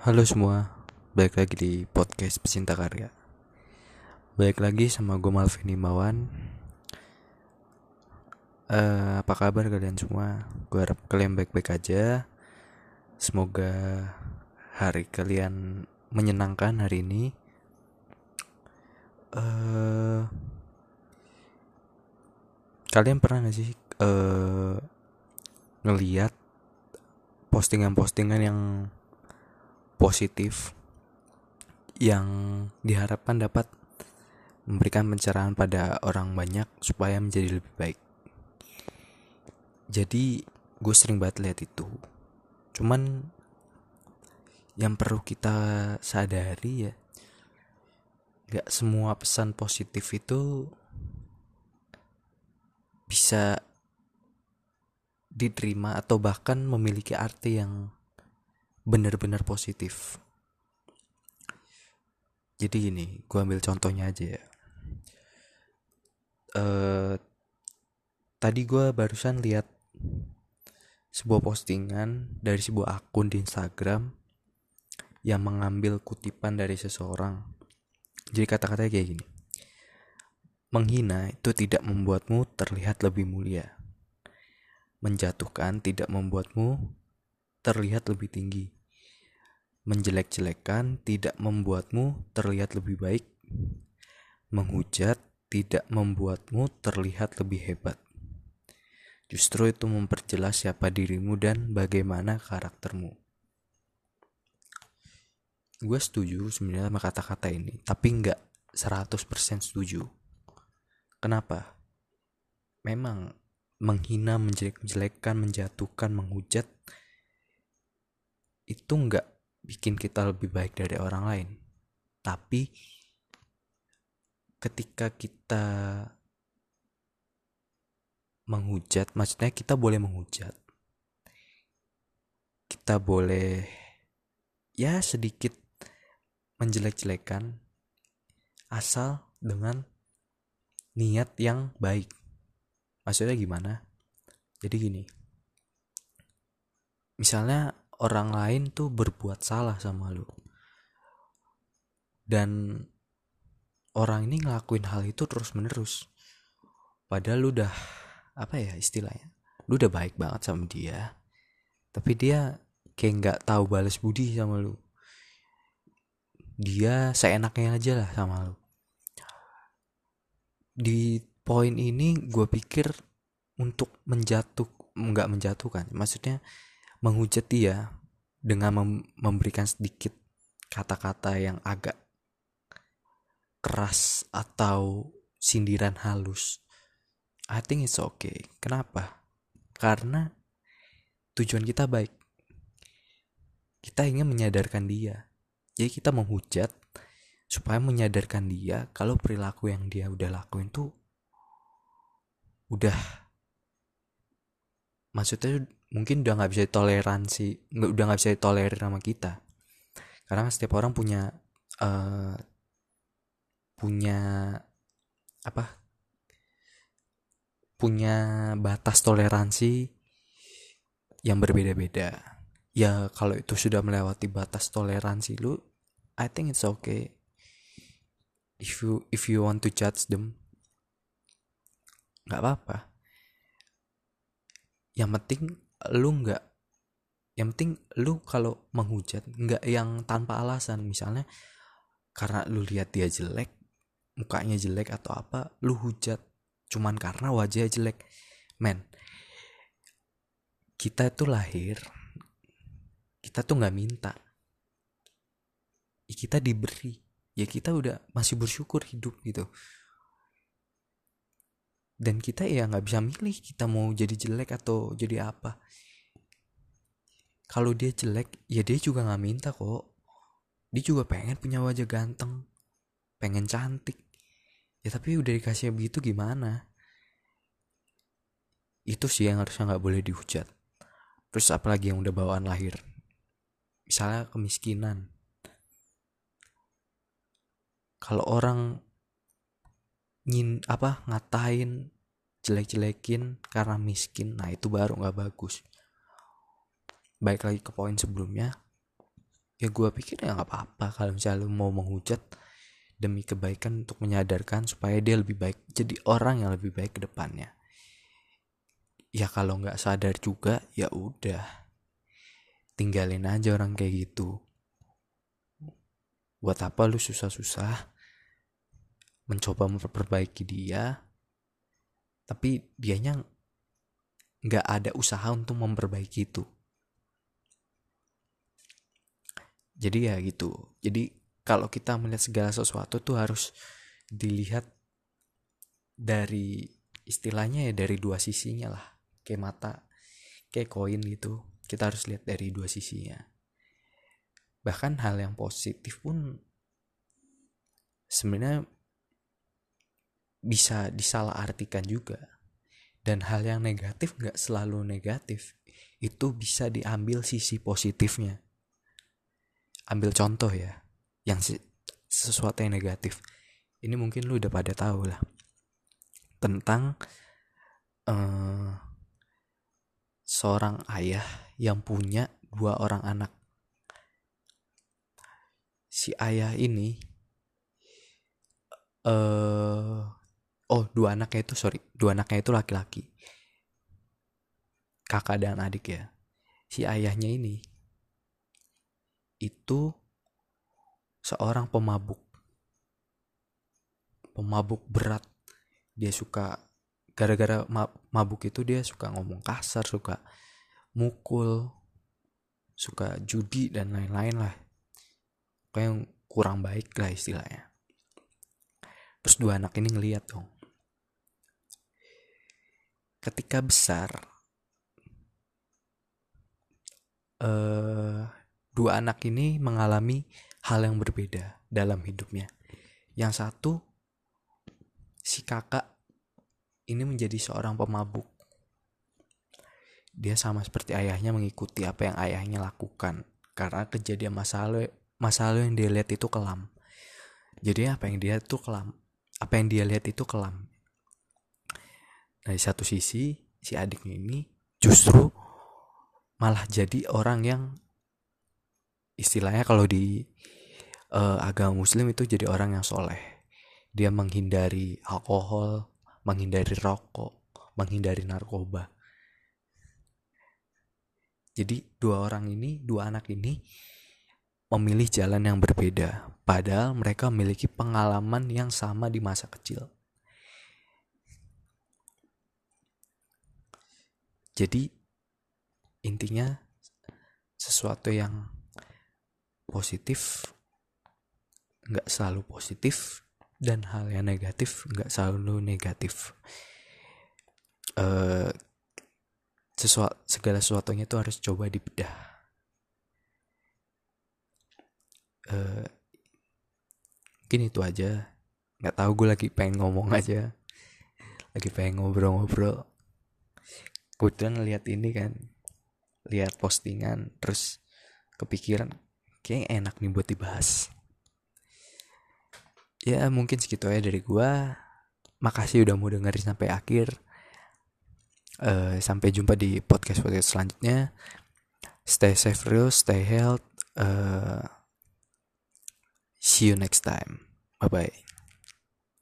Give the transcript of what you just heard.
Halo semua, balik lagi di podcast Pecinta Karya. Balik lagi sama gue Malvin Imawan. Apa kabar kalian semua? Gue harap kalian baik-baik aja. Semoga hari kalian menyenangkan hari ini. Kalian pernah gak sih ngeliat postingan-postingan yang positif, yang diharapkan dapat memberikan pencerahan pada orang banyak supaya menjadi lebih baik? Jadi gue sering banget lihat itu. Cuman yang perlu kita sadari ya, gak semua pesan positif itu bisa diterima atau bahkan memiliki arti yang benar-benar positif. Jadi gini, gue ambil contohnya aja ya. Tadi gue barusan lihat sebuah postingan dari sebuah akun di Instagram yang mengambil kutipan dari seseorang. Jadi kata-katanya kayak gini: menghina itu tidak membuatmu terlihat lebih mulia. Menjatuhkan tidak membuatmu terlihat lebih tinggi. Menjelek-jelekan tidak membuatmu terlihat lebih baik. Menghujat tidak membuatmu terlihat lebih hebat. Justru itu memperjelas siapa dirimu dan bagaimana karaktermu. Gue setuju sebenarnya sama kata-kata ini, tapi nggak 100% setuju. Kenapa? Memang menghina, menjelek-jelekan, menjatuhkan, menghujat itu nggak bikin kita lebih baik dari orang lain. Tapi ketika kita menghujat, maksudnya kita boleh menghujat, kita boleh ya sedikit menjelek-jelekan, asal dengan niat yang baik. Maksudnya gimana? Jadi gini, misalnya orang lain tuh berbuat salah sama lu, dan orang ini ngelakuin hal itu terus menerus, padahal lu udah, apa ya istilahnya, lu udah baik banget sama dia, tapi dia kayak nggak tahu balas budi sama lu. Dia seenaknya aja lah sama lu. Di poin ini gue pikir untuk nggak menjatuhkan, maksudnya menghujat dia dengan memberikan sedikit kata-kata yang agak keras atau sindiran halus, I think it's okay. Kenapa? Karena tujuan kita baik. Kita ingin menyadarkan dia. Jadi kita menghujat supaya menyadarkan dia kalau perilaku yang dia udah lakuin tuh udah, maksudnya mungkin udah nggak bisa ditoleransi, udah nggak bisa ditolerir sama kita. Karena setiap orang punya uh, punya apa? Punya batas toleransi yang berbeda-beda. Ya kalau itu sudah melewati batas toleransi lu, I think it's okay. If you want to judge them, nggak apa-apa. Yang penting lu nggak, yang penting lu kalau menghujat nggak yang tanpa alasan. Misalnya karena lu lihat dia jelek, mukanya jelek atau apa, lu hujat cuman karena wajahnya jelek. Men, kita tuh lahir, kita tuh nggak minta, kita diberi. Ya kita udah masih bersyukur hidup gitu. Dan kita ya nggak bisa milih kita mau jadi jelek atau jadi apa. Kalau dia jelek, ya dia juga nggak minta kok. Dia juga pengen punya wajah ganteng, pengen cantik. Ya tapi udah dikasih begitu gimana? Itu sih yang harusnya nggak boleh dihujat. Terus apalagi yang udah bawaan lahir, misalnya kemiskinan. Kalau orang ngatain, jelek-jelekin karena miskin, nah itu baru nggak bagus. Baik lagi ke poin sebelumnya, Ya gue pikir ya nggak apa-apa kalau misalnya lu mau menghujat demi kebaikan, untuk menyadarkan supaya dia lebih baik, jadi orang yang lebih baik ke depannya. Ya kalau nggak sadar juga ya udah, tinggalin aja orang kayak gitu. Buat apa lu susah-susah mencoba memperbaiki dia, tapi dianya nggak ada usaha untuk memperbaiki itu. Jadi ya gitu. Jadi kalau kita melihat segala sesuatu tuh harus dilihat dari, istilahnya ya dari dua sisinya lah. Kayak mata, kayak koin gitu. Kita harus lihat dari dua sisinya. Bahkan hal yang positif pun sebenarnya bisa disalahartikan juga. Dan hal yang negatif gak selalu negatif. Itu bisa diambil sisi positifnya. Ambil contoh ya, yang sesuatu yang negatif. Ini mungkin lu udah pada tahu lah. Tentang seorang ayah yang punya 2 orang anak. Si ayah ini, dua anaknya itu laki-laki, kakak dan adik ya. Si ayahnya ini itu seorang pemabuk berat. Dia suka, gara-gara mabuk itu dia suka ngomong kasar, suka mukul, suka judi dan lain-lain lah, kayak kurang baik lah istilahnya. Terus 2 anak ini ngeliat dong, ketika besar, 2 anak ini mengalami hal yang berbeda dalam hidupnya. Yang satu, si kakak ini menjadi seorang pemabuk. Dia sama seperti ayahnya mengikuti apa yang ayahnya lakukan, karena kejadian masa lalu yang dia lihat itu kelam. Jadi apa yang dia lihat itu kelam. Nah, di satu sisi si adiknya ini justru malah jadi orang yang, istilahnya kalau di agama muslim itu jadi orang yang soleh. Dia menghindari alkohol, menghindari rokok, menghindari narkoba. Jadi 2 anak ini memilih jalan yang berbeda, padahal mereka memiliki pengalaman yang sama di masa kecil. Jadi intinya, sesuatu yang positif nggak selalu positif, dan hal yang negatif nggak selalu negatif. Segala sesuatunya itu harus coba dibedah. Mungkin itu aja. Nggak tahu, gue lagi pengen ngomong aja, lagi pengen ngobrol-ngobrol. Kebetulan lihat ini kan, lihat postingan, terus kepikiran kayaknya enak nih buat dibahas. Ya mungkin segitu aja dari gue. Makasih udah mau dengerin sampai akhir. Sampai jumpa di podcast selanjutnya. Stay safe real, stay healthy. See you next time. Bye bye.